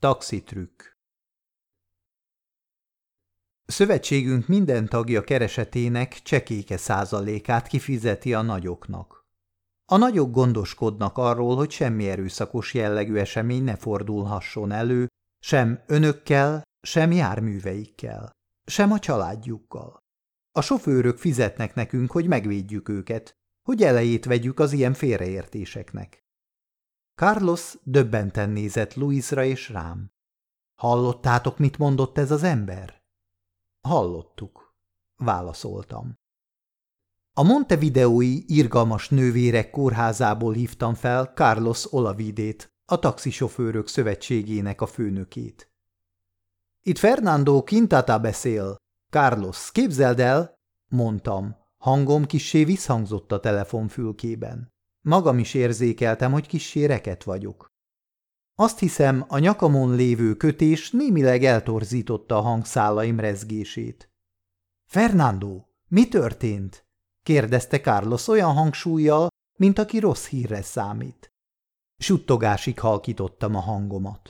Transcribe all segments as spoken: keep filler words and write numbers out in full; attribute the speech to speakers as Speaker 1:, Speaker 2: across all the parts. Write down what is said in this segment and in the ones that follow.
Speaker 1: Taxitrükk. Szövetségünk minden tagja keresetének csekéke százalékát kifizeti a nagyoknak. A nagyok gondoskodnak arról, hogy semmi erőszakos jellegű esemény ne fordulhasson elő, sem önökkel, sem járműveikkel, sem a családjukkal. A sofőrök fizetnek nekünk, hogy megvédjük őket, hogy elejét vegyük az ilyen félreértéseknek. Carlos döbbenten nézett Luisra és rám. Hallottátok, mit mondott ez az ember? Hallottuk, válaszoltam. A montevideói irgalmas nővérek kórházából hívtam fel Carlos Olavidét, a taxisofőrök szövetségének a főnökét. Itt Fernando Quintata beszél. Carlos, képzeld el, mondtam, hangom kissé visszhangzott a telefonfülkében. Magam is érzékeltem, hogy kissé reket vagyok. Azt hiszem, a nyakamon lévő kötés némileg eltorzította a hangszálaim rezgését. Fernando, mi történt? kérdezte Carlos olyan hangsúllyal, mint aki rossz hírre számít. Suttogásig halkítottam a hangomat.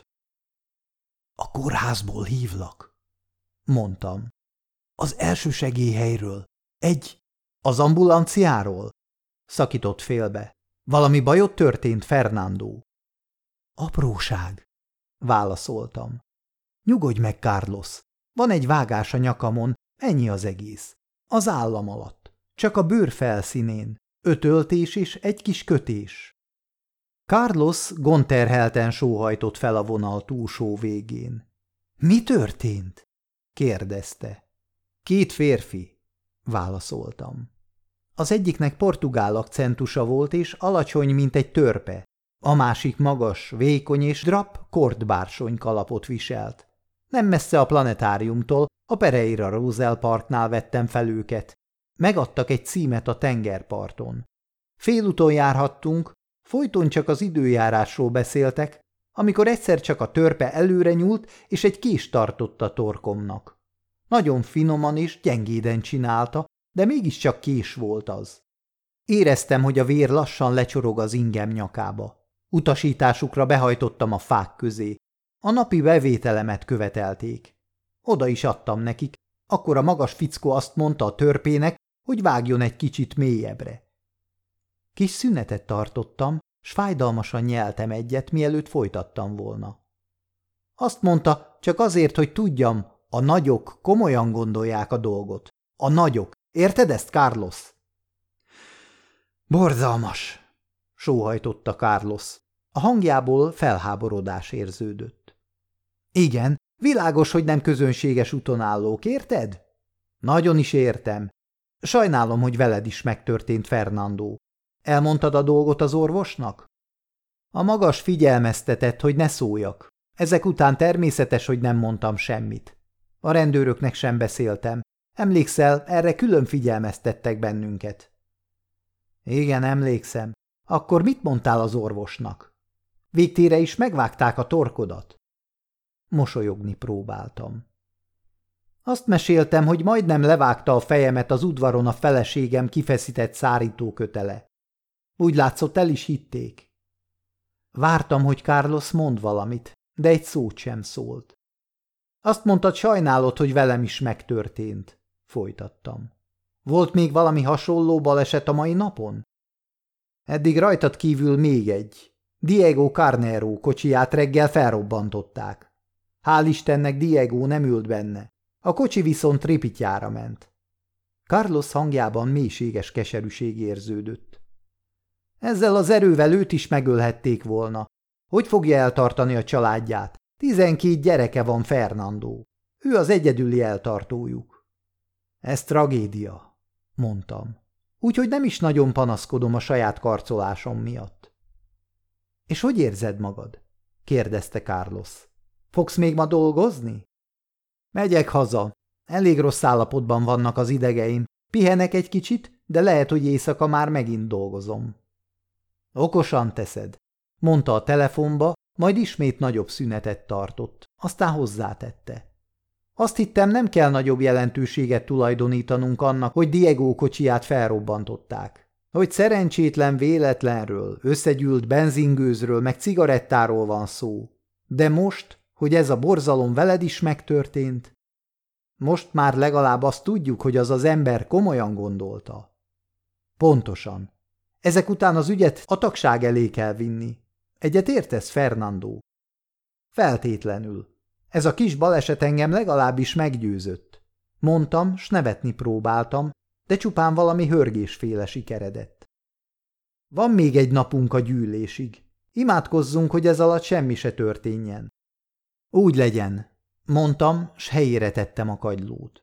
Speaker 1: A kórházból hívlak, mondtam. Az elsősegélyhelyről. Egy. Az ambulanciáról? Szakított félbe. Valami bajod történt, Fernando? Apróság, válaszoltam. Nyugodj meg, Carlos. Van egy vágás a nyakamon, ennyi az egész. Az állam alatt. Csak a bőr felszínén. Ötöltés és egy kis kötés. Carlos gondterhelten sóhajtott fel a vonal túlsó végén. Mi történt? kérdezte. Két férfi, válaszoltam. Az egyiknek portugál akcentusa volt és alacsony, mint egy törpe. A másik magas, vékony és drap kortbársony kalapot viselt. Nem messze a planetáriumtól, a Pereira Rosell Parknál vettem fel őket. Megadtak egy címet a tengerparton. Félúton járhattunk, folyton csak az időjárásról beszéltek, amikor egyszer csak a törpe előre nyúlt, és egy kést tartott a torkomnak. Nagyon finoman és gyengéden csinálta, de mégiscsak kés volt az. Éreztem, hogy a vér lassan lecsorog az ingem nyakába. Utasításukra behajtottam a fák közé. A napi bevételemet követelték. Oda is adtam nekik, akkor a magas fickó azt mondta a törpének, hogy vágjon egy kicsit mélyebbre. Kis szünetet tartottam, s fájdalmasan nyeltem egyet, mielőtt folytattam volna. Azt mondta, csak azért, hogy tudjam, a nagyok komolyan gondolják a dolgot. A nagyok. Érted ezt, Carlos? Borzalmas, sóhajtotta Carlos. A hangjából felháborodás érződött. Igen, világos, hogy nem közönséges úton állók, érted? Nagyon is értem. Sajnálom, hogy veled is megtörtént, Fernando. Elmondtad a dolgot az orvosnak? A magas figyelmeztetett, hogy ne szóljak. Ezek után természetes, hogy nem mondtam semmit. A rendőröknek sem beszéltem. Emlékszel, erre külön figyelmeztettek bennünket. Igen, emlékszem. Akkor mit mondtál az orvosnak? Végtére is megvágták a torkodat? Mosolyogni próbáltam. Azt meséltem, hogy majdnem levágta a fejemet az udvaron a feleségem kifeszített szárítókötele. Úgy látszott, el is hitték. Vártam, hogy Carlos mond valamit, de egy szót sem szólt. Azt mondtad, sajnálod, hogy velem is megtörtént, folytattam. Volt még valami hasonló baleset a mai napon? Eddig rajtad kívül még egy. Diego Carnero kocsiját reggel felrobbantották. Hál' Istennek Diego nem ült benne. A kocsi viszont ripityára ment. Carlos hangjában mélységes keserűség érződött. Ezzel az erővel őt is megölhették volna. Hogy fogja eltartani a családját? Tizenkét gyereke van, Fernando. Ő az egyedüli eltartójuk. Ez tragédia, mondtam. Úgyhogy nem is nagyon panaszkodom a saját karcolásom miatt. És hogy érzed magad? kérdezte Carlos. Fogsz még ma dolgozni? Megyek haza. Elég rossz állapotban vannak az idegeim. Pihenek egy kicsit, de lehet, hogy éjszaka már megint dolgozom. Okosan teszed, mondta a telefonba, majd ismét nagyobb szünetet tartott, aztán hozzátette. Azt hittem, nem kell nagyobb jelentőséget tulajdonítanunk annak, hogy Diego kocsiját felrobbantották. Hogy szerencsétlen véletlenről, összegyűlt benzingőzről meg cigarettáról van szó. De most, hogy ez a borzalom veled is megtörtént? Most már legalább azt tudjuk, hogy az az ember komolyan gondolta. Pontosan. Ezek után az ügyet a tagság elé kell vinni. Egyet értesz, Fernando? Feltétlenül. Ez a kis baleset engem legalábbis meggyőzött. Mondtam, s nevetni próbáltam, de csupán valami hörgésféle sikeredett. Van még egy napunk a gyűlésig. Imádkozzunk, hogy ez alatt semmi se történjen. Úgy legyen, mondtam, s helyére tettem a kagylót.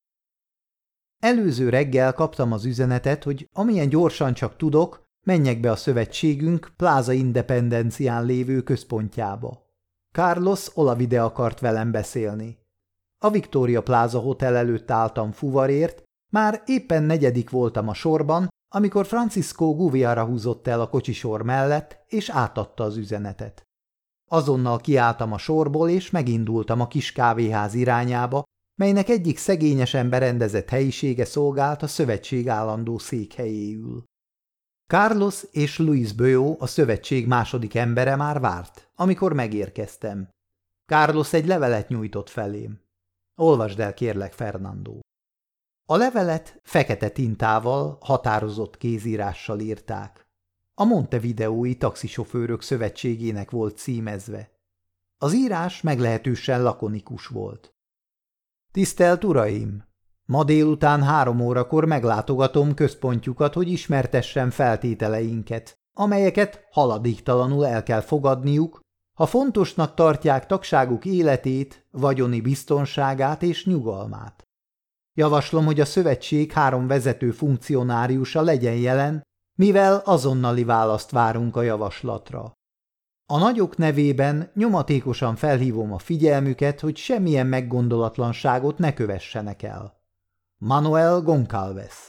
Speaker 1: Előző reggel kaptam az üzenetet, hogy amilyen gyorsan csak tudok, menjek be a szövetségünk Plaza Independencián lévő központjába. Carlos Olavide akart velem beszélni. A Victoria Plaza Hotel előtt álltam fuvarért, már éppen negyedik voltam a sorban, amikor Francisco Guevara húzott el a kocsisor mellett, és átadta az üzenetet. Azonnal kiálltam a sorból, és megindultam a kis kávéház irányába, melynek egyik szegényesen berendezett helyisége szolgált a szövetség állandó székhelyéül. Carlos és Luis Böjó, a szövetség második embere már várt, amikor megérkeztem. Carlos egy levelet nyújtott felém. Olvasd el, kérlek, Fernando. A levelet fekete tintával, határozott kézírással írták. A Montevideói Taxisofőrök Szövetségének volt címezve. Az írás meglehetősen lakonikus volt. Tisztelt Uraim! Ma délután három órakor meglátogatom központjukat, hogy ismertessem feltételeinket, amelyeket haladéktalanul el kell fogadniuk, ha fontosnak tartják tagságuk életét, vagyoni biztonságát és nyugalmát. Javaslom, hogy a szövetség három vezető funkcionáriusa legyen jelen, mivel azonnali választ várunk a javaslatra. A nagyok nevében nyomatékosan felhívom a figyelmüket, hogy semmilyen meggondolatlanságot ne kövessenek el. Manuel Goncalves.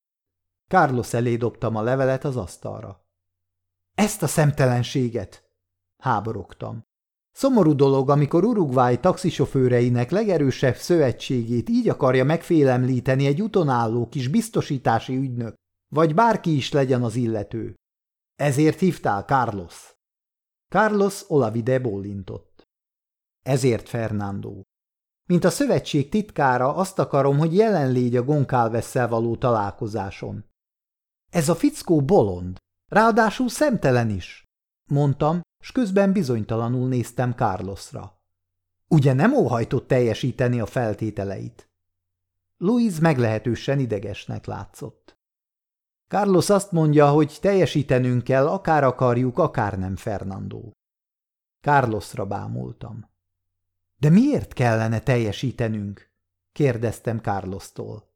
Speaker 1: Carlos elé dobtam a levelet az asztalra. Ezt a szemtelenséget! Háborogtam. Szomorú dolog, amikor Uruguay taxisofőreinek legerősebb szövetségét így akarja megfélemlíteni egy utonálló kis biztosítási ügynök, vagy bárki is legyen az illető. Ezért hívtál, Carlos? Carlos Olavide bólintott. Ezért, Fernando. Mint a szövetség titkára azt akarom, hogy jelen légy a Goncalvesszel való találkozáson. Ez a fickó bolond, ráadásul szemtelen is, mondtam, s közben bizonytalanul néztem Carlosra. Ugye nem óhajtott teljesíteni a feltételeit? Luis meglehetősen idegesnek látszott. Carlos azt mondja, hogy teljesítenünk kell, akár akarjuk, akár nem, Fernando. Carlosra bámultam. De miért kellene teljesítenünk? Kérdeztem Carlostól.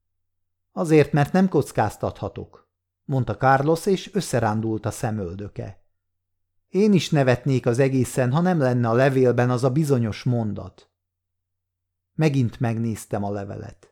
Speaker 1: Azért, mert nem kockáztathatok, mondta Carlos, és összerándult a szemöldöke. Én is nevetnék az egészen, ha nem lenne a levélben az a bizonyos mondat. Megint megnéztem a levelet.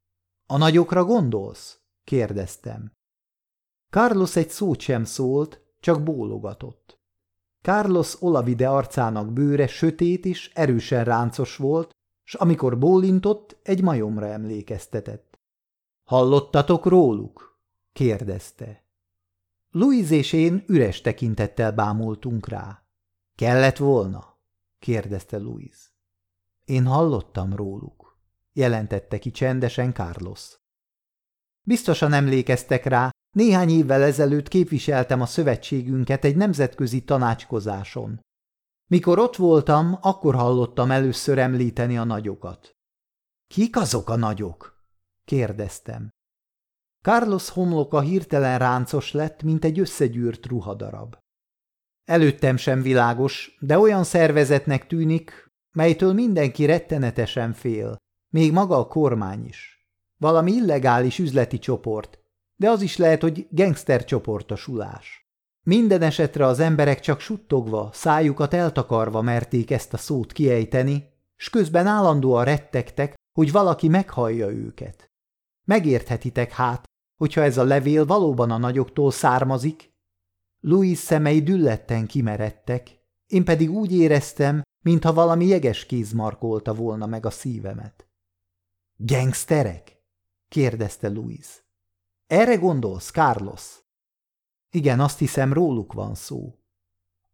Speaker 1: A nagyokra gondolsz? Kérdeztem. Carlos egy szót sem szólt, csak bólogatott. Carlos Olavide arcának bőre sötét és erősen ráncos volt, s amikor bólintott, egy majomra emlékeztetett. Hallottatok róluk? Kérdezte. Luis és én üres tekintettel bámultunk rá. Kellett volna? Kérdezte Luis. Én hallottam róluk, jelentette ki csendesen Carlos. Biztosan emlékeztek rá, néhány évvel ezelőtt képviseltem a szövetségünket egy nemzetközi tanácskozáson. Mikor ott voltam, akkor hallottam először említeni a nagyokat. Kik azok a nagyok? Kérdeztem. Carlos homloka hirtelen ráncos lett, mint egy összegyűrt ruhadarab. Előttem sem világos, de olyan szervezetnek tűnik, melytől mindenki rettenetesen fél, még maga a kormány is. Valami illegális üzleti csoport, de az is lehet, hogy gengszter csoportosulás. Minden esetre az emberek csak suttogva, szájukat eltakarva merték ezt a szót kiejteni, s közben állandóan rettegtek, hogy valaki meghallja őket. Megérthetitek hát, hogyha ez a levél valóban a nagyoktól származik? Luis szemei dülletten kimeredtek, én pedig úgy éreztem, mintha valami jeges kéz markolta volna meg a szívemet. Gengszterek? kérdezte Luis. Erre gondolsz, Carlos? Igen, azt hiszem, róluk van szó.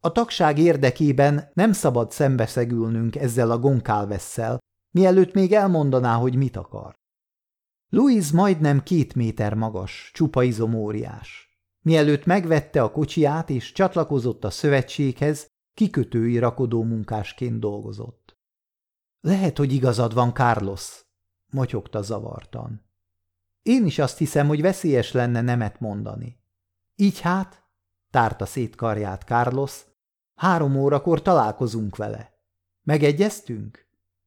Speaker 1: A tagság érdekében nem szabad szembeszegülnünk ezzel a Goncalvesszel, mielőtt még elmondaná, hogy mit akar. Louise majdnem két méter magas, csupa izomóriás. Mielőtt megvette a kocsiját és csatlakozott a szövetséghez, kikötői rakodó munkásként dolgozott. Lehet, hogy igazad van, Carlos, motyogta zavartan. Én is azt hiszem, hogy veszélyes lenne nemet mondani. Így hát, tárta szét karját Carlos, három órakor találkozunk vele. Megegyeztünk?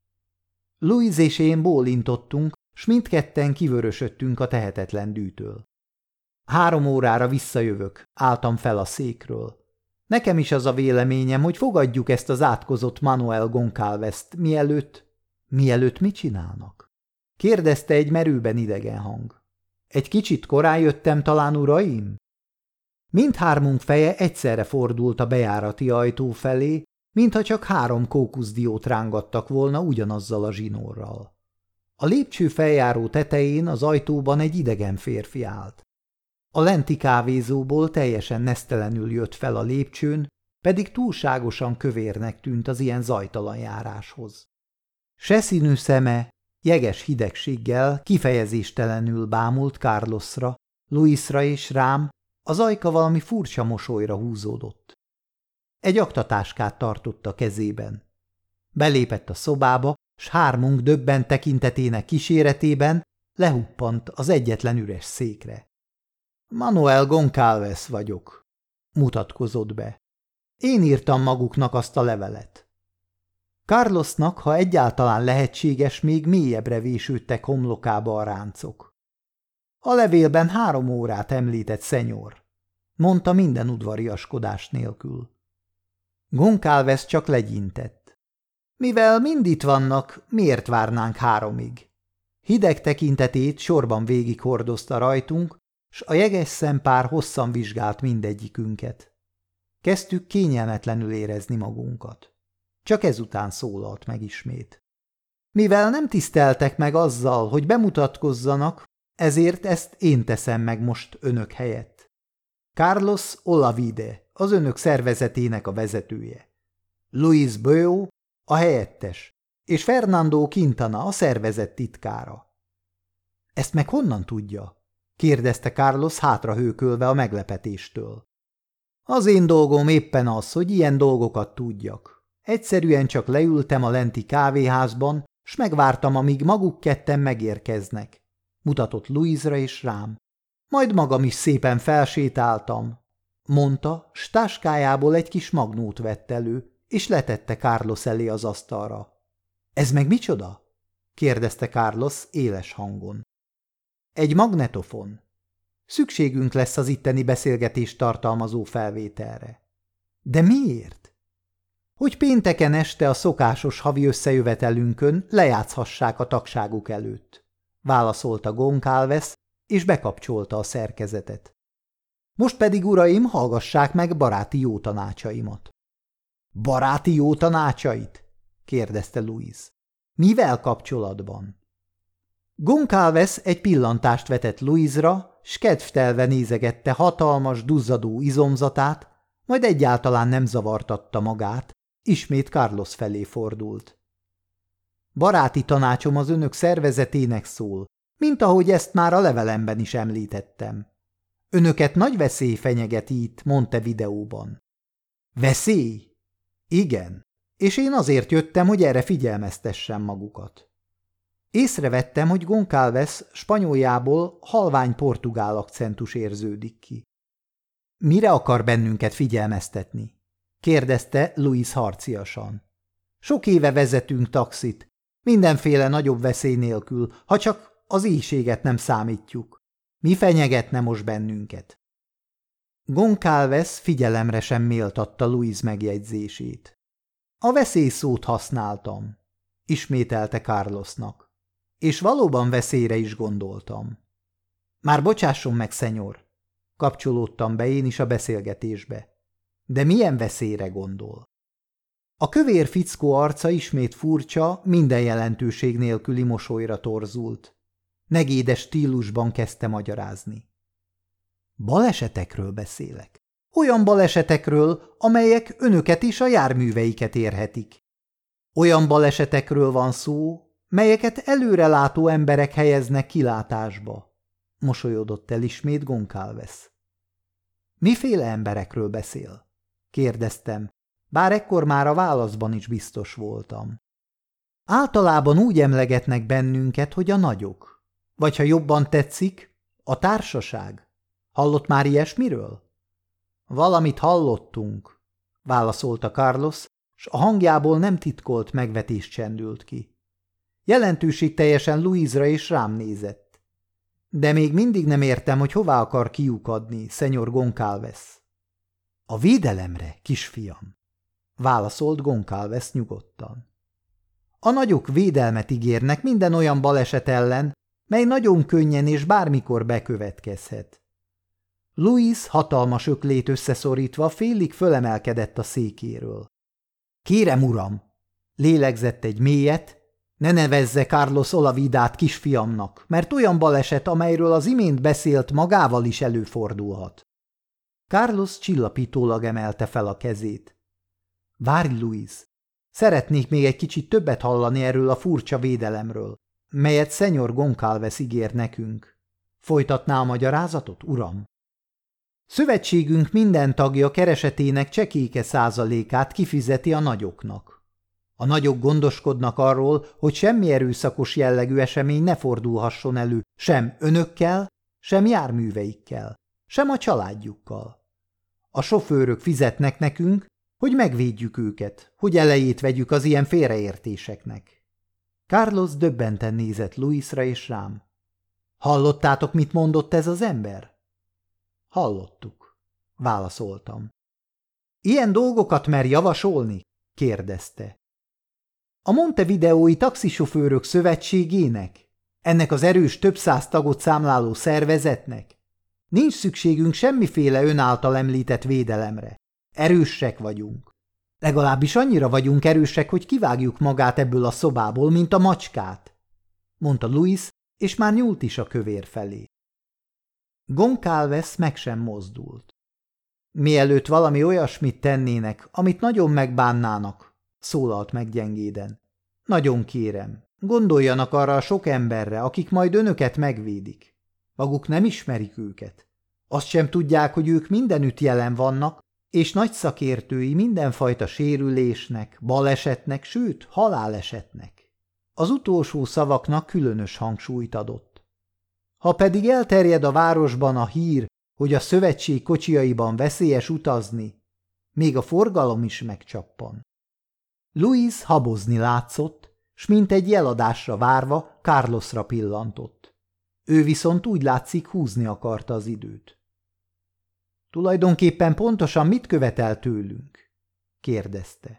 Speaker 1: Louise és én bólintottunk, s mindketten kivörösödtünk a tehetetlen dűtől. Három órára visszajövök, álltam fel a székről. Nekem is az a véleményem, hogy fogadjuk ezt az átkozott Manuel Goncalvest, mielőtt... Mielőtt mit csinálnak? Kérdezte egy merőben idegen hang. Egy kicsit korán jöttem talán, uraim? Mindhármunk feje egyszerre fordult a bejárati ajtó felé, mintha csak három kókuszdiót rángattak volna ugyanazzal a zsinórral. A lépcső feljáró tetején az ajtóban egy idegen férfi állt. A lenti kávézóból teljesen nesztelenül jött fel a lépcsőn, pedig túlságosan kövérnek tűnt az ilyen zajtalan járáshoz. Seszínű szeme jeges hidegséggel kifejezéstelenül bámult Carlosra, Louisra és rám, az ajka valami furcsa mosolyra húzódott. Egy aktatáskát tartott a kezében. Belépett a szobába, s hármunk döbben tekintetének kíséretében lehuppant az egyetlen üres székre. Manuel Goncalves vagyok, mutatkozott be. Én írtam maguknak azt a levelet. Carlosnak, ha egyáltalán lehetséges, még mélyebbre vésődtek homlokába a ráncok. A levélben három órát említett szenyor, mondta minden udvariaskodás nélkül. Goncalves csak legyintett. Mivel mind itt vannak, miért várnánk háromig? Hideg tekintetét sorban végighordozta rajtunk, s a jeges szempár hosszan vizsgált mindegyikünket. Kezdtük kényelmetlenül érezni magunkat. Csak ezután szólalt meg ismét. Mivel nem tiszteltek meg azzal, hogy bemutatkozzanak, ezért ezt én teszem meg most önök helyett. Carlos Olavide, az önök szervezetének a vezetője. Luis Böó, a helyettes, és Fernando Quintana, a szervezet titkára. Ezt meg honnan tudja? Kérdezte Carlos hátrahőkölve a meglepetéstől. Az én dolgom éppen az, hogy ilyen dolgokat tudjak. Egyszerűen csak leültem a lenti kávéházban, s megvártam, amíg maguk ketten megérkeznek. Mutatott Louisra és rám. Majd magam is szépen felsétáltam, mondta, s táskájából egy kis magnót vett elő, és letette Carlos elé az asztalra. Ez meg micsoda? kérdezte Carlos éles hangon. Egy magnetofon. Szükségünk lesz az itteni beszélgetést tartalmazó felvételre. De miért? Hogy pénteken este a szokásos havi összejövetelünkön lejátszhassák a tagságuk előtt, válaszolta Goncalves, és bekapcsolta a szerkezetet. Most pedig, uraim, hallgassák meg baráti jó tanácsaimat. Baráti jó tanácsait? kérdezte Louis. Mivel kapcsolatban? Goncalves egy pillantást vetett Louisra, s kedvtelve nézegette hatalmas, duzzadó izomzatát, majd egyáltalán nem zavartatta magát, ismét Carlos felé fordult. Baráti tanácsom az önök szervezetének szól, mint ahogy ezt már a levelemben is említettem. Önöket nagy veszély fenyegeti itt Montevideóban. Veszély? Igen, és én azért jöttem, hogy erre figyelmeztessem magukat. Észrevettem, hogy Goncalves spanyoljából halvány portugál akcentus érződik ki. Mire akar bennünket figyelmeztetni? kérdezte Louis harciasan. Sok éve vezetünk taxit, mindenféle nagyobb veszély nélkül, ha csak az éhséget nem számítjuk. Mi fenyegetne most bennünket? Goncalves figyelemre sem méltatta Louis megjegyzését. A veszély szót használtam, ismételte Carlosnak, és valóban veszélyre is gondoltam. Már bocsásson meg, szenyor, kapcsolódtam be én is a beszélgetésbe. De milyen veszélyre gondol? A kövér fickó arca ismét furcsa, minden jelentőség nélküli mosolyra torzult. Negédes stílusban kezdte magyarázni. Balesetekről beszélek. Olyan balesetekről, amelyek önöket és a járműveiket érhetik. Olyan balesetekről van szó, melyeket előrelátó emberek helyeznek kilátásba. Mosolyodott el ismét Goncalves. Miféle emberekről beszél? Kérdeztem, bár ekkor már a válaszban is biztos voltam. Általában úgy emlegetnek bennünket, hogy a nagyok. Vagy ha jobban tetszik, a társaság. Hallott már ilyesmiről? Valamit hallottunk, válaszolta Carlos, s a hangjából nem titkolt megvetés csendült ki. Jelentőségteljesen Louise-ra és rám nézett. De még mindig nem értem, hogy hová akar kiukadni, Szenyor Goncalves. A védelemre, kisfiam, válaszolt Goncalves nyugodtan. A nagyok védelmet ígérnek minden olyan baleset ellen, mely nagyon könnyen és bármikor bekövetkezhet. Louise hatalmas öklét összeszorítva félig fölemelkedett a székéről. Kérem, uram, lélegzett egy mélyet, ne nevezze Carlos Olavidát kisfiamnak, mert olyan baleset, amelyről az imént beszélt, magával is előfordulhat. Carlos csillapítólag emelte fel a kezét. Várj, Louise, szeretnék még egy kicsit többet hallani erről a furcsa védelemről, melyet Szenyor Goncalves ígér nekünk. Folytatná a magyarázatot, uram? Szövetségünk minden tagja keresetének csekéke százalékát kifizeti a nagyoknak. A nagyok gondoskodnak arról, hogy semmi erőszakos jellegű esemény ne fordulhasson elő sem önökkel, sem járműveikkel, sem a családjukkal. A sofőrök fizetnek nekünk, hogy megvédjük őket, hogy elejét vegyük az ilyen félreértéseknek. Carlos döbbenten nézett Louise-ra és rám. Hallottátok, mit mondott ez az ember? Hallottuk, válaszoltam. Ilyen dolgokat mer javasolni? Kérdezte. A Montevideói taxisofőrök szövetségének? Ennek az erős több száz tagot számláló szervezetnek? Nincs szükségünk semmiféle ön által említett védelemre. Erősek vagyunk. Legalábbis annyira vagyunk erősek, hogy kivágjuk magát ebből a szobából, mint a macskát, mondta Louise, és már nyúlt is a kövér felé. Goncalves meg sem mozdult. Mielőtt valami olyasmit tennének, amit nagyon megbánnának, szólalt meg gyengéden. Nagyon kérem, gondoljanak arra a sok emberre, akik majd önöket megvédik. Maguk nem ismerik őket. Azt sem tudják, hogy ők mindenütt jelen vannak, és nagy szakértői mindenfajta sérülésnek, balesetnek, sőt, halálesetnek. Az utolsó szavaknak különös hangsúlyt adott. Ha pedig elterjed a városban a hír, hogy a szövetség kocsiaiban veszélyes utazni, még a forgalom is megcsappan. Louise habozni látszott, s mint egy jeladásra várva Carlosra pillantott. Ő viszont úgy látszik húzni akarta az időt. Tulajdonképpen pontosan mit követel tőlünk? Kérdezte.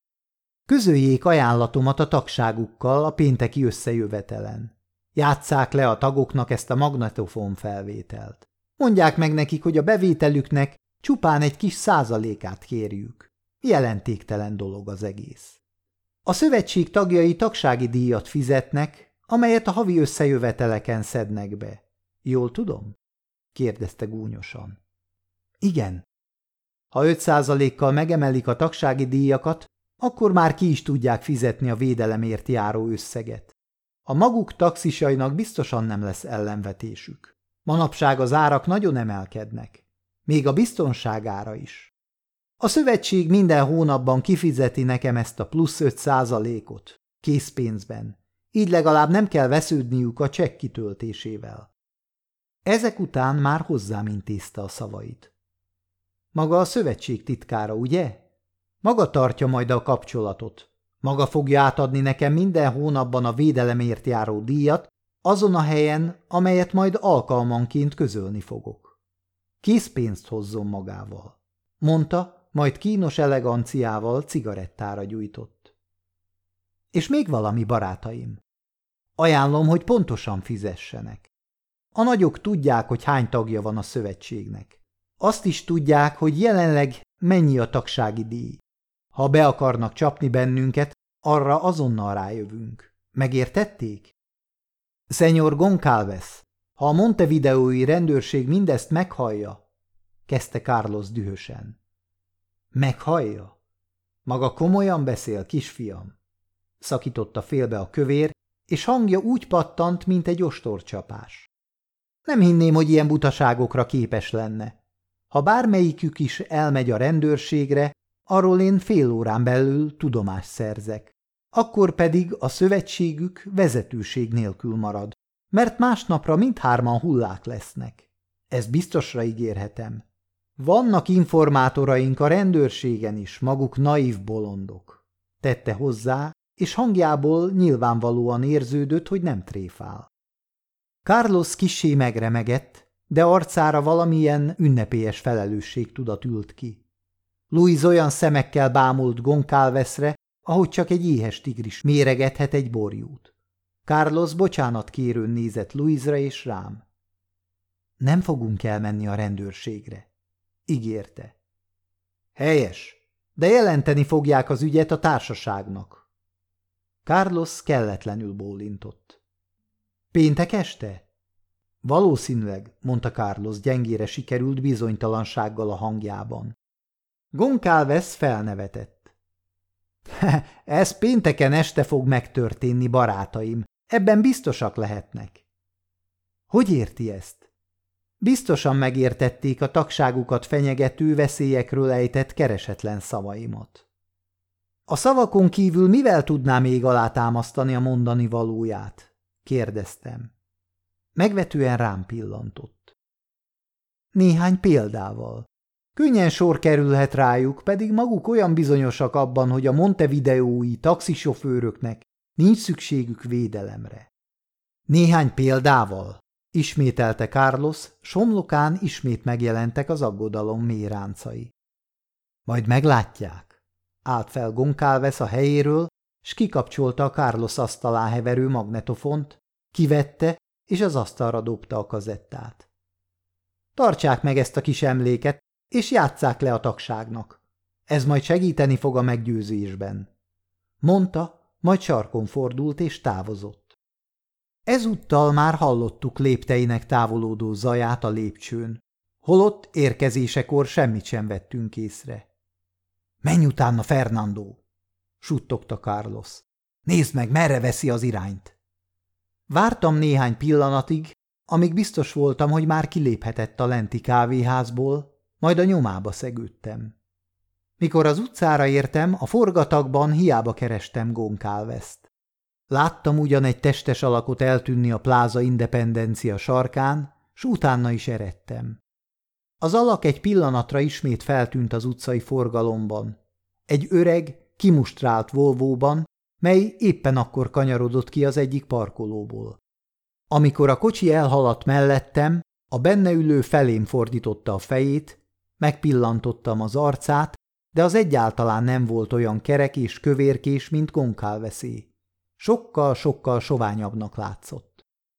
Speaker 1: Közöljék ajánlatomat a tagságukkal a pénteki összejövetelen. Játsszák le a tagoknak ezt a magnetofon felvételt. Mondják meg nekik, hogy a bevételüknek csupán egy kis százalékát kérjük. Jelentéktelen dolog az egész. A szövetség tagjai tagsági díjat fizetnek, amelyet a havi összejöveteleken szednek be. Jól tudom? Kérdezte gúnyosan. Igen. Ha öt százalékkal megemelik a tagsági díjakat, akkor már ki is tudják fizetni a védelemért járó összeget. A maguk taxisainak biztosan nem lesz ellenvetésük. Manapság az árak nagyon emelkednek. Még a biztonság ára is. A szövetség minden hónapban kifizeti nekem ezt a plusz öt százalékot, készpénzben. Így legalább nem kell vesződniük a csekk kitöltésével. Ezek után már hozzám intézte a szavait. Maga a szövetség titkára, ugye? Maga tartja majd a kapcsolatot. Maga fogja átadni nekem minden hónapban a védelemért járó díjat, azon a helyen, amelyet majd alkalmanként közölni fogok. Készpénzt hozzon magával, mondta, majd kínos eleganciával cigarettára gyújtott. És még valami, barátaim. Ajánlom, hogy pontosan fizessenek. A nagyok tudják, hogy hány tagja van a szövetségnek. Azt is tudják, hogy jelenleg mennyi a tagsági díj. Ha be akarnak csapni bennünket, arra azonnal rájövünk. Megértették? Szenyor Goncalves, ha a montevideói rendőrség mindezt meghallja, kezdte Carlos dühösen. Meghallja? Maga komolyan beszél, kisfiam? Szakította félbe a kövér, és hangja úgy pattant, mint egy ostorcsapás. Nem hinném, hogy ilyen butaságokra képes lenne. Ha bármelyikük is elmegy a rendőrségre, arról én fél órán belül tudomást szerzek. Akkor pedig a szövetségük vezetőség nélkül marad, mert másnapra mindhárman hullák lesznek. Ezt biztosra ígérhetem. Vannak informátoraink a rendőrségen is, maguk naív bolondok. Tette hozzá, és hangjából nyilvánvalóan érződött, hogy nem tréfál. Carlos kissé megremegett, de arcára valamilyen ünnepélyes felelősségtudat ült ki. Louise olyan szemekkel bámult Goncalvesre, ahogy csak egy éhes tigris méregethet egy borjút. Carlos bocsánat kérőn nézett Louise-ra és rám. Nem fogunk elmenni a rendőrségre, ígérte. Helyes, de jelenteni fogják az ügyet a társaságnak. Carlos kelletlenül bólintott. Péntek este? Valószínűleg, mondta Carlos gyengére sikerült bizonytalansággal a hangjában. Goncalves felnevetett. Ez pénteken este fog megtörténni, barátaim, ebben biztosak lehetnek. Hogy érti ezt? Biztosan megértették a tagságukat fenyegető veszélyekről ejtett keresetlen szavaimat. A szavakon kívül mivel tudná még alátámasztani a mondani valóját? Kérdeztem. Megvetően rám pillantott. Néhány példával. Könnyen sor kerülhet rájuk, pedig maguk olyan bizonyosak abban, hogy a montevideói taxisofőröknek nincs szükségük védelemre. Néhány példával, ismételte Carlos, s homlokán ismét megjelentek az aggodalom mély ráncai. Majd meglátják. Állt fel Goncalves a helyéről, s kikapcsolta a Carlos asztalán heverő magnetofont, kivette, és az asztalra dobta a kazettát. Tartsák meg ezt a kis emléket, és játsszák le a tagságnak. Ez majd segíteni fog a meggyőzésben. Mondta, majd sarkon fordult és távozott. Ezúttal már hallottuk lépteinek távolodó zaját a lépcsőn, holott érkezésekor semmit sem vettünk észre. Menj utána, Fernando! Suttogta Carlos. Nézd meg, merre veszi az irányt! Vártam néhány pillanatig, amíg biztos voltam, hogy már kiléphetett a lenti kávéházból, majd a nyomába szegődtem. Mikor az utcára értem, a forgatagban hiába kerestem Goncalvest. Láttam ugyan egy testes alakot eltűnni a Plaza Independencia sarkán, s utána is eredtem. Az alak egy pillanatra ismét feltűnt az utcai forgalomban. Egy öreg, kimustrált Volvóban, mely éppen akkor kanyarodott ki az egyik parkolóból. Amikor a kocsi elhaladt mellettem, a benne ülő felém fordította a fejét, megpillantottam az arcát, de az egyáltalán nem volt olyan kerek és kövérkés, mint Goncalvesé. Sokkal-sokkal soványabbnak látszott.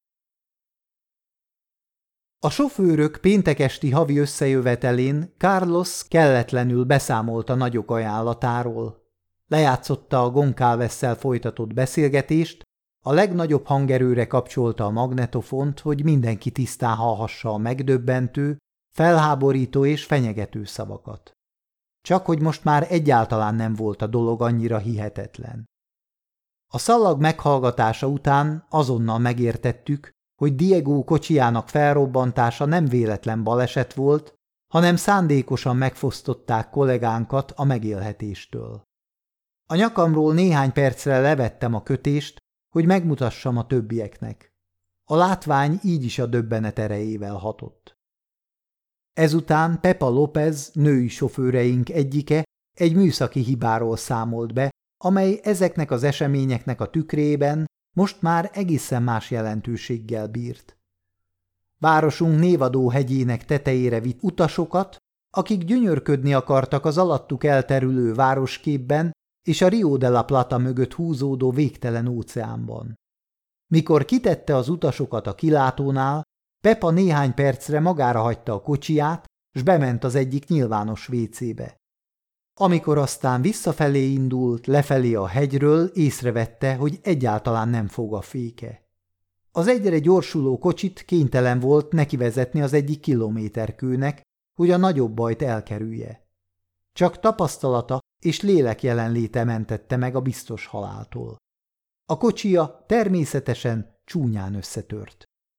Speaker 1: A sofőrök péntek esti havi összejövetelén Carlos kelletlenül beszámolt a nagyok ajánlatáról. Lejátszotta a Goncalvessel folytatott beszélgetést, a legnagyobb hangerőre kapcsolta a magnetofont, hogy mindenki tisztán hallhassa a megdöbbentő, felháborító és fenyegető szavakat. Csak hogy most már egyáltalán nem volt a dolog annyira hihetetlen. A szalag meghallgatása után azonnal megértettük, hogy Diego kocsijának felrobbantása nem véletlen baleset volt, hanem szándékosan megfosztották kollégánkat a megélhetéstől. A nyakamról néhány percre levettem a kötést, hogy megmutassam a többieknek. A látvány így is a döbbenet erejével hatott. Ezután Pepa López, női sofőreink egyike, egy műszaki hibáról számolt be, amely ezeknek az eseményeknek a tükrében most már egészen más jelentőséggel bírt. Városunk névadó hegyének tetejére vitt utasokat, akik gyönyörködni akartak az alattuk elterülő városképben és a Rio de la Plata mögött húzódó végtelen óceánban. Mikor kitette az utasokat a kilátónál, Pepa néhány percre magára hagyta a kocsiját, s bement az egyik nyilvános vécébe. Amikor aztán visszafelé indult, lefelé a hegyről, észrevette, hogy egyáltalán nem fog a féke. Az egyre gyorsuló kocsit kénytelen volt nekivezetni az egyik kilométerkőnek, hogy a nagyobb bajt elkerülje. Csak tapasztalata és lélek jelenléte mentette meg a biztos haláltól. A kocsija természetesen csúnyán összetört.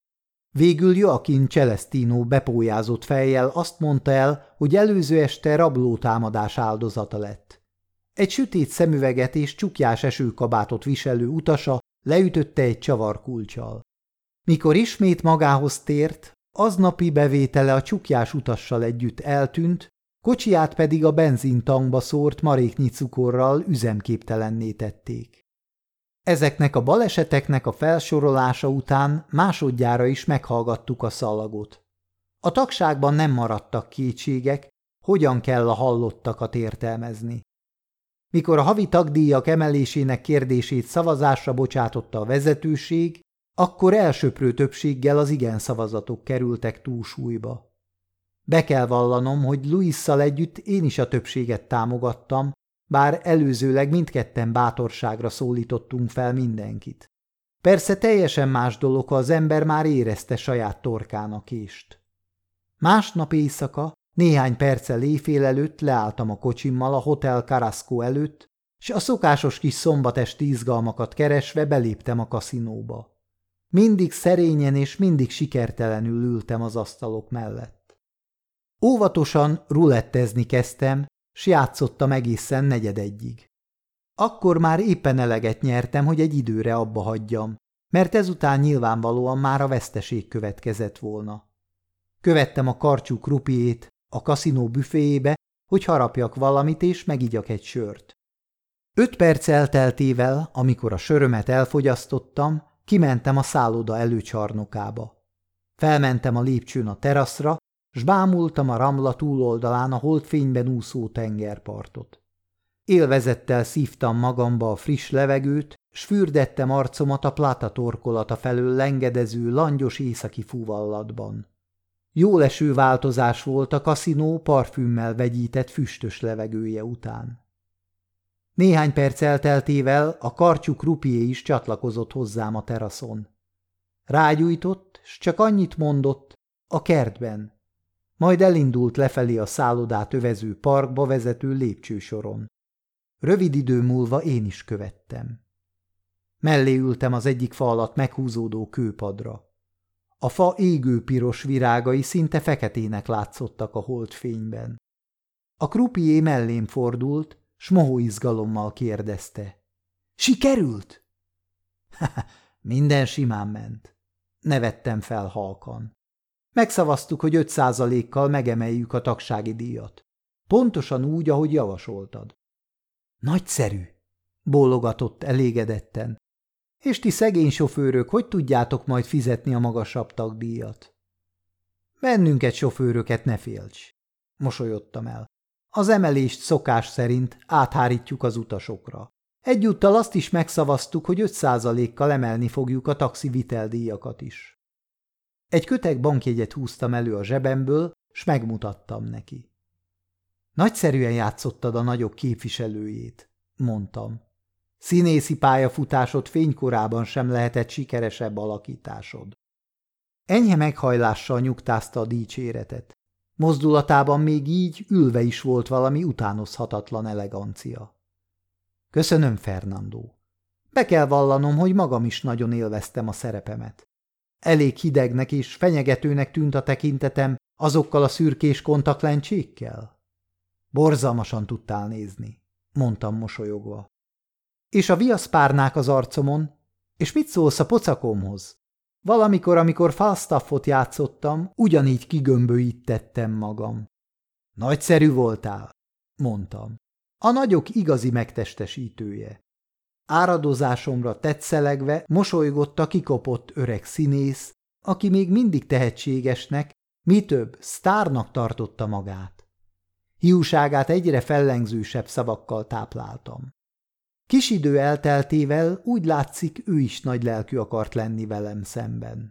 Speaker 1: Végül Joaquin Celestino bepójázott fejjel azt mondta el, hogy előző este rablótámadás áldozata lett. Egy sötét szemüveget és csukjás esőkabátot viselő utasa leütötte egy csavarkulccsal. Mikor ismét magához tért, aznapi bevétele a csukjás utassal együtt eltűnt, kocsiját pedig a benzintankba szórt maréknyi cukorral üzemképtelenné tették. Ezeknek a baleseteknek a felsorolása után másodjára is meghallgattuk a szallagot. A tagságban nem maradtak kétségek, hogyan kell a hallottakat értelmezni. Mikor a havi tagdíjak emelésének kérdését szavazásra bocsátotta a vezetőség, akkor elsöprő többséggel az igen szavazatok kerültek túlsúlyba. Be kell vallanom, hogy Louisszal együtt én is a többséget támogattam, bár előzőleg mindketten bátorságra szólítottunk fel mindenkit. Persze teljesen más dolog, ha az ember már érezte saját torkán a kést. Másnap éjszaka, néhány perccel éjfél előtt leálltam a kocsimmal a Hotel Carrasco előtt, s a szokásos kis szombatesti izgalmakat keresve beléptem a kaszinóba. Mindig szerényen és mindig sikertelenül ültem az asztalok mellett. Óvatosan rulettezni kezdtem, s játszottam egészen negyedegyig. Akkor már éppen eleget nyertem, hogy egy időre abba hagyjam, mert ezután nyilvánvalóan már a veszteség következett volna. Követtem a karcsú krupiét a kaszinó büféjébe, hogy harapjak valamit és megigyak egy sört. Öt perc elteltével, amikor a sörömet elfogyasztottam, kimentem a szálloda előcsarnokába. Felmentem a lépcsőn a teraszra, s bámultam a Ramla túloldalán a holdfényben úszó tengerpartot. Élvezettel szívtam magamba a friss levegőt, s fürdettem arcomat a Plata torkolata felől lengedező, langyos északi fúvallatban. Jóleső változás volt a kaszinó parfümmel vegyített füstös levegője után. Néhány perc elteltével a karcsú krupié is csatlakozott hozzám a teraszon. Rágyújtott, s csak annyit mondott, a kertben. Majd elindult lefelé a szállodát övező parkba vezető lépcsősoron. Rövid idő múlva én is követtem. Mellé ültem az egyik fa alatt meghúzódó kőpadra. A fa égő piros virágai szinte feketének látszottak a holdfényben. A krupié mellém fordult, s mohó izgalommal kérdezte. Sikerült? Minden simán ment. Nevettem fel halkan. Megszavaztuk, hogy öt százalékkal megemeljük a tagsági díjat. Pontosan úgy, ahogy javasoltad. Nagyszerű, bólogatott elégedetten. És ti szegény sofőrök, hogy tudjátok majd fizetni a magasabb tagdíjat? Bennünket sofőröket ne félts, mosolyodtam el. Az emelést szokás szerint áthárítjuk az utasokra. Egyúttal azt is megszavaztuk, hogy öt százalékkal emelni fogjuk a taxi viteldíjakat is. Egy kötek bankjegyet húztam elő a zsebemből, s megmutattam neki. Nagyszerűen játszottad a nagyok képviselőjét, mondtam. Színészi pályafutásod fénykorában sem lehetett sikeresebb alakításod. Enyhe meghajlással nyugtázta a dicséretet. Mozdulatában még így ülve is volt valami utánozhatatlan elegancia. Köszönöm, Fernando. Be kell vallanom, hogy magam is nagyon élveztem a szerepemet. Elég hidegnek és fenyegetőnek tűnt a tekintetem azokkal a szürkés kontaktlencsékkel? Borzalmasan tudtál nézni, mondtam mosolyogva. És a viaszpárnák az arcomon? És mit szólsz a pocakomhoz? Valamikor, amikor Falstaffot játszottam, ugyanígy kigömbölyítettem magam. Nagyszerű voltál, mondtam. A nagyok igazi megtestesítője. Áradozásomra tetszelegve mosolygott a kikopott öreg színész, aki még mindig tehetségesnek, mi több, sztárnak tartotta magát. Hiúságát egyre fellengzősebb szavakkal tápláltam. Kis idő elteltével úgy látszik, ő is nagylelkű akart lenni velem szemben.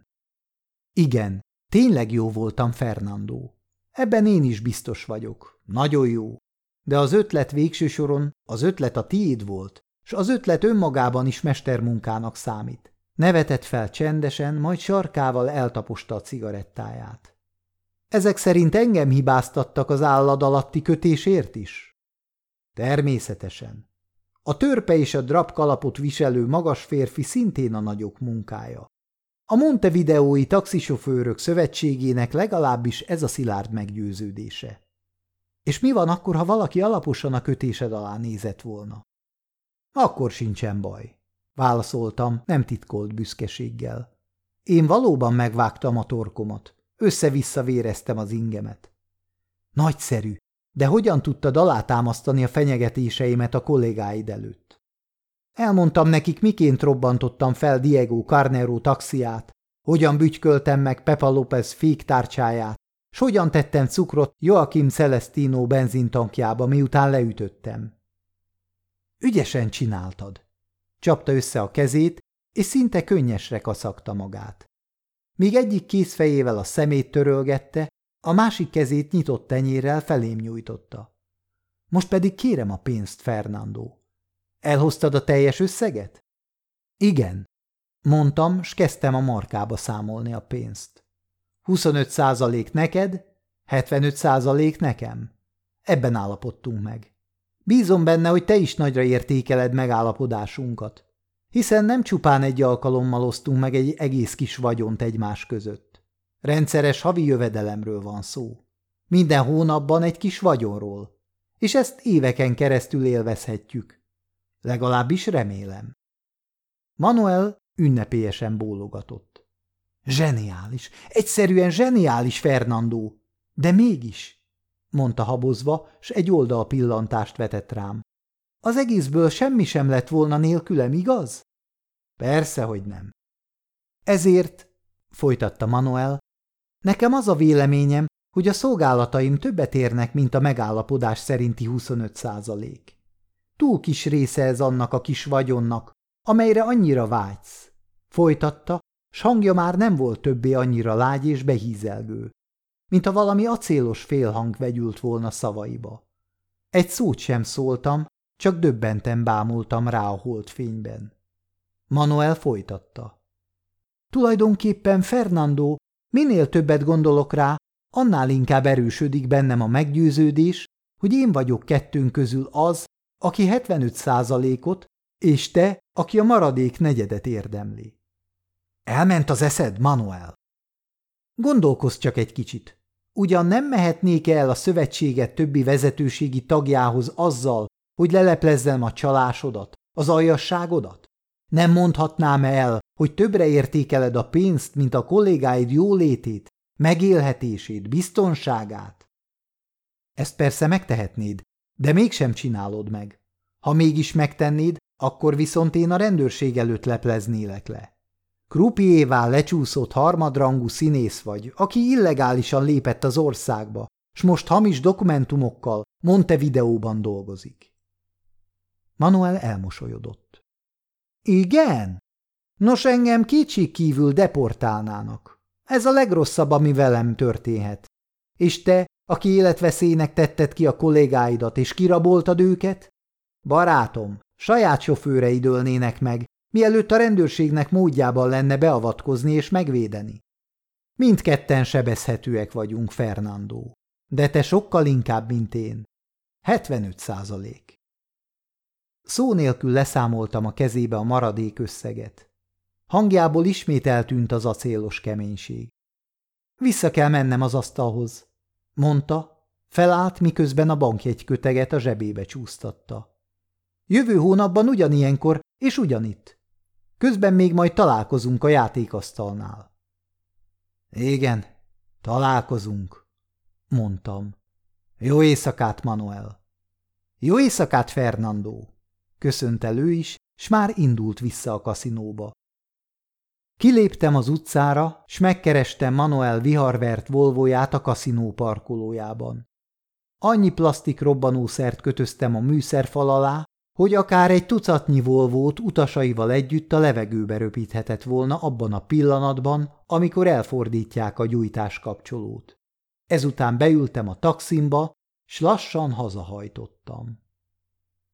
Speaker 1: Igen, tényleg jó voltam, Fernando. Ebben én is biztos vagyok. Nagyon jó. De az ötlet végső soron az ötlet a tiéd volt, s az ötlet önmagában is mestermunkának számít. Nevetett fel csendesen, majd sarkával eltaposta a cigarettáját. Ezek szerint engem hibáztattak az állad alatti kötésért is? Természetesen. A törpe és a drap kalapot viselő magas férfi szintén a nagyok munkája. A Montevideói Taxisofőrök Szövetségének legalábbis ez a szilárd meggyőződése. És mi van akkor, ha valaki alaposan a kötésed alá nézett volna? Akkor sincsen baj, válaszoltam nem titkolt büszkeséggel. Én valóban megvágtam a torkomat, össze-vissza véreztem az ingemet. Nagyszerű, de hogyan tudtad alátámasztani a fenyegetéseimet a kollégáid előtt? Elmondtam nekik, miként robbantottam fel Diego Carnero taxiát, hogyan bütyköltem meg Pepa López féktárcsáját, s hogyan tettem cukrot Joaquim Celestino benzintankjába, miután leütöttem. Ügyesen csináltad. Csapta össze a kezét, és szinte könnyesre kaszagta magát. Míg egyik kézfejével a szemét törölgette, a másik kezét nyitott tenyérrel felém nyújtotta. Most pedig kérem a pénzt, Fernando. Elhoztad a teljes összeget? Igen, mondtam, s kezdtem a markába számolni a pénzt. huszonöt százalék neked, hetvenöt százalék nekem. Ebben állapodtunk meg. Bízom benne, hogy te is nagyra értékeled megállapodásunkat, hiszen nem csupán egy alkalommal osztunk meg egy egész kis vagyont egymás között. Rendszeres havi jövedelemről van szó. Minden hónapban egy kis vagyonról, és ezt éveken keresztül élvezhetjük. Legalábbis remélem. Manuel ünnepélyesen bólogatott. Zseniális, egyszerűen zseniális, Fernando, de mégis, mondta habozva, s egy oldal pillantást vetett rám. Az egészből semmi sem lett volna nélkülem, igaz? Persze, hogy nem. Ezért, folytatta Manuel, nekem az a véleményem, hogy a szolgálataim többet érnek, mint a megállapodás szerinti huszonöt százalék. Túl kis része ez annak a kis vagyonnak, amelyre annyira vágysz. Folytatta, s hangja már nem volt többé annyira lágy és behízelgő, mint ha valami acélos félhang vegyült volna szavaiba. Egy szót sem szóltam, csak döbbenten bámultam rá a holdfényben. Manuel folytatta. Tulajdonképpen, Fernando, minél többet gondolok rá, annál inkább erősödik bennem a meggyőződés, hogy én vagyok kettőnk közül az, aki hetvenöt százalékot, és te, aki a maradék negyedet érdemli. Elment az eszed, Manuel? Gondolkozz csak egy kicsit. Ugyan nem mehetnék el a szövetséget többi vezetőségi tagjához azzal, hogy leleplezzem a csalásodat, az aljasságodat? Nem mondhatnám el, hogy többre értékeled a pénzt, mint a kollégáid jólétét, megélhetését, biztonságát? Ezt persze megtehetnéd, de mégsem csinálod meg. Ha mégis megtennéd, akkor viszont én a rendőrség előtt lepleznélek le. Croupiévá lecsúszott harmadrangú színész vagy, aki illegálisan lépett az országba, s most hamis dokumentumokkal Montevideóban dolgozik. Manuel elmosolyodott. Igen? Nos, engem kétségkívül deportálnának. Ez a legrosszabb, ami velem történhet. És te, aki életveszélynek tetted ki a kollégáidat, és kiraboltad őket? Barátom, saját sofőreid ölnének meg, mielőtt a rendőrségnek módjában lenne beavatkozni és megvédeni. Mindketten sebezhetőek vagyunk, Fernando, de te sokkal inkább, mint én. hetvenöt százalék. Szó nélkül leszámoltam a kezébe a maradék összeget. Hangjából ismét eltűnt az acélos keménység. Vissza kell mennem az asztalhoz, mondta, felállt, miközben a bankjegyköteget a zsebébe csúsztatta. Jövő hónapban ugyanilyenkor és ugyanitt. Közben még majd találkozunk a játékasztalnál. Igen, találkozunk, mondtam. Jó éjszakát, Manuel. Jó éjszakát, Fernando, köszönt el ő is, s már indult vissza a kaszinóba. Kiléptem az utcára, s megkerestem Manuel viharvert Volvóját a kaszinó parkolójában. Annyi plasztik robbanószert kötöztem a műszerfal alá, hogy akár egy tucatnyi Volvót utasaival együtt a levegőbe röpíthetett volna abban a pillanatban, amikor elfordítják a gyújtáskapcsolót. Ezután beültem a taximba, s lassan hazahajtottam.